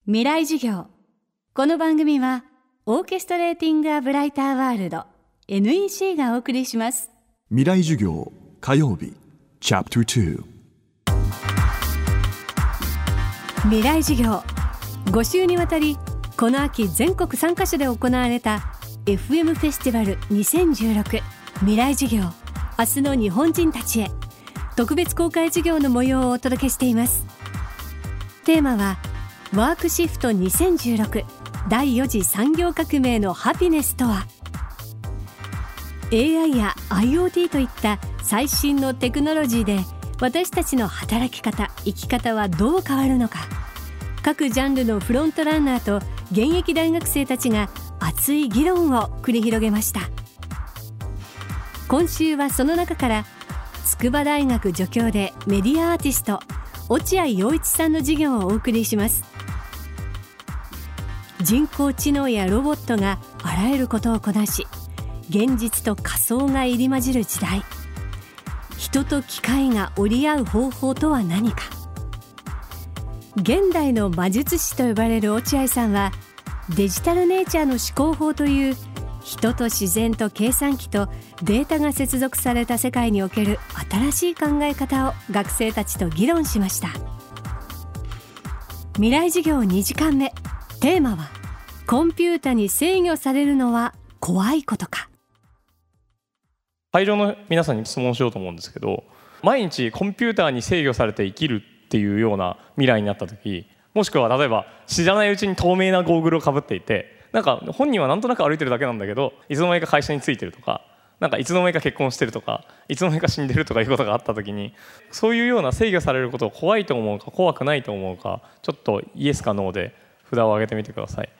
未来授業。この番組はオーケストレーティングアブライターワールド NEC がお送りします。 未来授業火曜日チャプター2。 未来授業5週にわたり、この秋全国3カ所で行われた FM フェスティバル2016未来授業、明日の日本人たちへ特別公開授業の模様をお届けしています。テーマはワークシフト2016第4次産業革命のハピネスとは。 AI や IoT といった最新のテクノロジーで私たちの働き方、生き方はどう変わるのか、各ジャンルのフロントランナーと現役大学生たちが熱い議論を繰り広げました。今週はその中から筑波大学助教でメディアアーティスト落合陽一さんの授業をお送りします。人工知能やロボットがあらゆることをこなし、現実と仮想が入り混じる時代、人と機械が折り合う方法とは何か。現代の魔術師と呼ばれる落合さんは、デジタルネイチャーの思考法という人と自然と計算機とデータが接続された世界における新しい考え方を学生たちと議論しました。未来授業2時間目、テーマはコンピュータに制御されるのは怖いことか。 会場の皆さんに質問しようと思うんですけど、毎日コンピューターに制御されて生きるっていうような未来になった時、もしくは例えば知らないうちに透明なゴーグルをかぶっていて、なんか本人はなんとなく歩いてるだけなんだけど、いつの間にか会社に着いてるとか、なんかいつの間にか結婚してるとか、いつの間にか死んでるとかいうことがあった時に、そういうような制御されることを怖いと思うか怖くないと思うか、ちょっとイエスかノーで札を上げてみてください。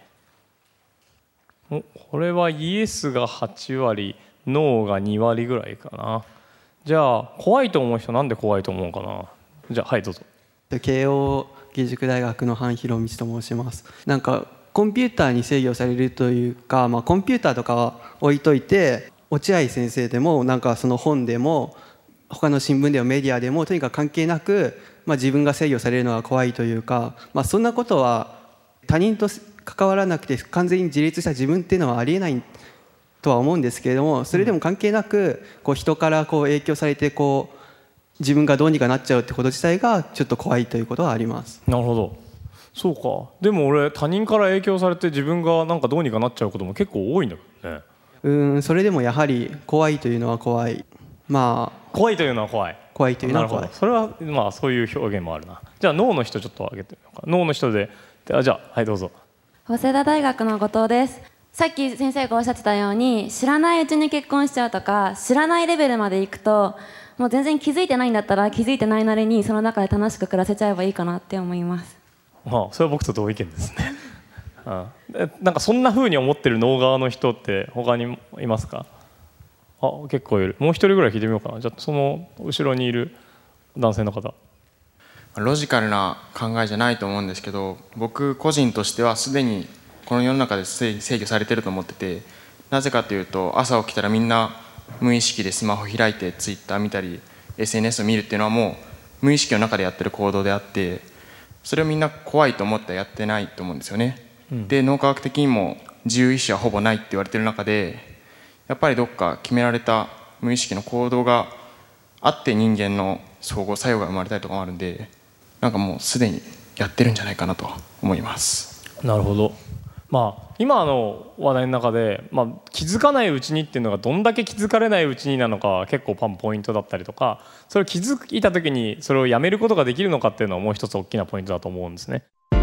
これはイエスが8割、ノーが2割ぐらいかな。じゃあ怖いと思う人、なんで怖いと思うかな。じゃあはい、どうぞ。 慶応義塾大学の範弘道と申します。なんかコンピューターに制御されるというか、コンピューターとかは置いといて、落合先生でもなんかその本でも他の新聞でもメディアでもとにかく関係なく、自分が制御されるのが怖いというか、そんなことは他人と関わらなくて完全に自立した自分っていうのはありえないとは思うんですけれども、それでも関係なく人から影響されて自分がどうにかなっちゃうってこと自体がちょっと怖いということはあります。 なるほど、そうか。でも俺、他人から影響されて自分がなんかどうにかなっちゃうことも結構多いんだけどね。 それでもやはり怖いというのは怖い。 怖いというのは怖い。 怖いというのは怖い。 それはそういう表現もあるな。じゃあ脳の人ちょっと挙げてみようか。脳の人で、じゃあはい、どうぞ。 早稲田大学の後藤です。さっき先生がおっしゃってたように、知らないうちに結婚しちゃうとか、知らないレベルまでいくと、もう全然気づいてないんだったら気づいてないなりにその中で楽しく暮らせちゃえばいいかなって思います。 それは僕と同意見ですね。なんかそんな風に思ってる脳側の人って他にいますか？結構いる。もう一人ぐらい聞いてみようかな。じゃあその後ろにいる男性の方。 ロジカルな考えじゃないと思うんですけど、僕個人としてはすでにこの世の中で制御されてると思ってて、なぜかというと、朝起きたらみんな無意識でスマホ開いてツイッター見たり SNS を見るっていうのはもう無意識の中でやってる行動であって、それをみんな怖いと思ってやってないと思うんですよね。で、脳科学的にも自由意志はほぼないって言われてる中で、やっぱりどっか決められた無意識の行動があって人間の相互作用が生まれたりとかもあるんで、なんかもうすでにやってるんじゃないかなと思います。 なるほど。今の話題の中で、気づかないうちにっていうのがどんだけ気づかれないうちになのか結構ポイントだったりとか、それを気づいた時にそれをやめることができるのかっていうのはもう一つ大きなポイントだと思うんですね。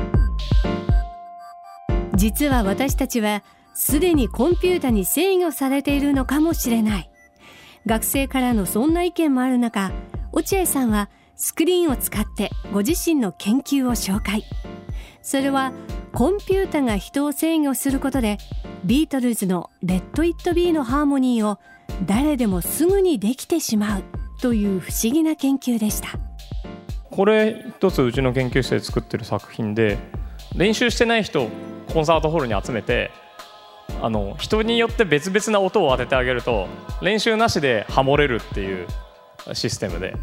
実は私たちはすでにコンピュータに制御されているのかもしれない。学生からのそんな意見もある中、落合さんはスクリーンを使ってご自身の研究を紹介。それはコンピュータが人を制御することで、ビートルズのレッド・イット・ビーのハーモニーを誰でもすぐにできてしまうという不思議な研究でした。 これ一つうちの研究室で作ってる作品で、練習してない人をコンサートホールに集めて、人によって別々な音を当ててあげると練習なしでハモれるっていうシステムで、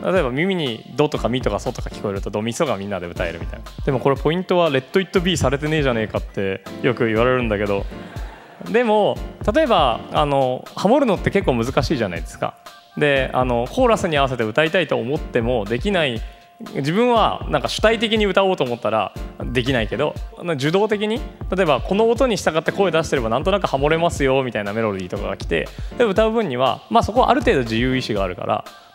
例えば耳にドとかミとかソとか聞こえるとドミソがみんなで歌えるみたいな。でもこれポイントはレッドイットビーされてねえじゃねえかってよく言われるんだけど、でも例えばハモるのって結構難しいじゃないですか。でコーラスに合わせて歌いたいと思ってもできない。自分はなんか主体的に歌おうと思ったらできないけど、受動的に例えばこの音に従って声出してればなんとなくハモれますよみたいなメロディーとかが来て、で歌う分には、そこはある程度自由意志があるから、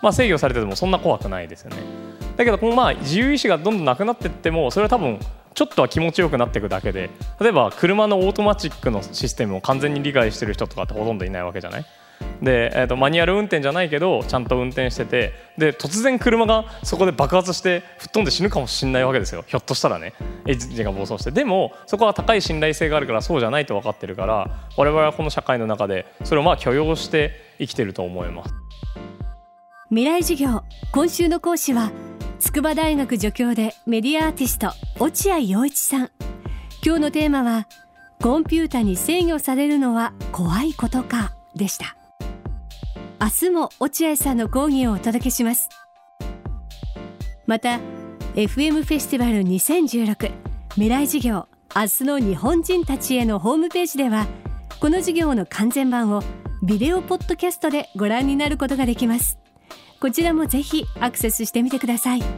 制御されててもそんな怖くないですよね。だけどこの自由意志がどんどんなくなっていってもそれは多分ちょっとは気持ちよくなっていくだけで、例えば車のオートマチックのシステムを完全に理解してる人とかってほとんどいないわけじゃない。で、マニュアル運転じゃないけどちゃんと運転してて、で突然車がそこで爆発して吹っ飛んで死ぬかもしれないわけですよ。ひょっとしたらね、エンジンが暴走して。でもそこは高い信頼性があるからそうじゃないと分かってるから、我々はこの社会の中でそれを許容して生きてると思います。 未来授業、今週の講師は筑波大学助教でメディアアーティスト落合陽一さん。今日のテーマはコンピュータに制御されるのは怖いことかでした。明日も落合さんの講義をお届けします。また FM フェスティバル2016未来授業、明日の日本人たちへのホームページではこの授業の完全版をビデオポッドキャストでご覧になることができます。こちらもぜひアクセスしてみてください。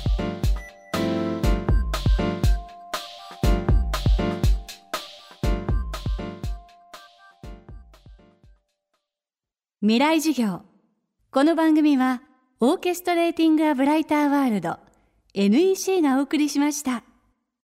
未来授業。この番組はオーケストレーティング・ア・ブライター・ワールド NEC がお送りしました。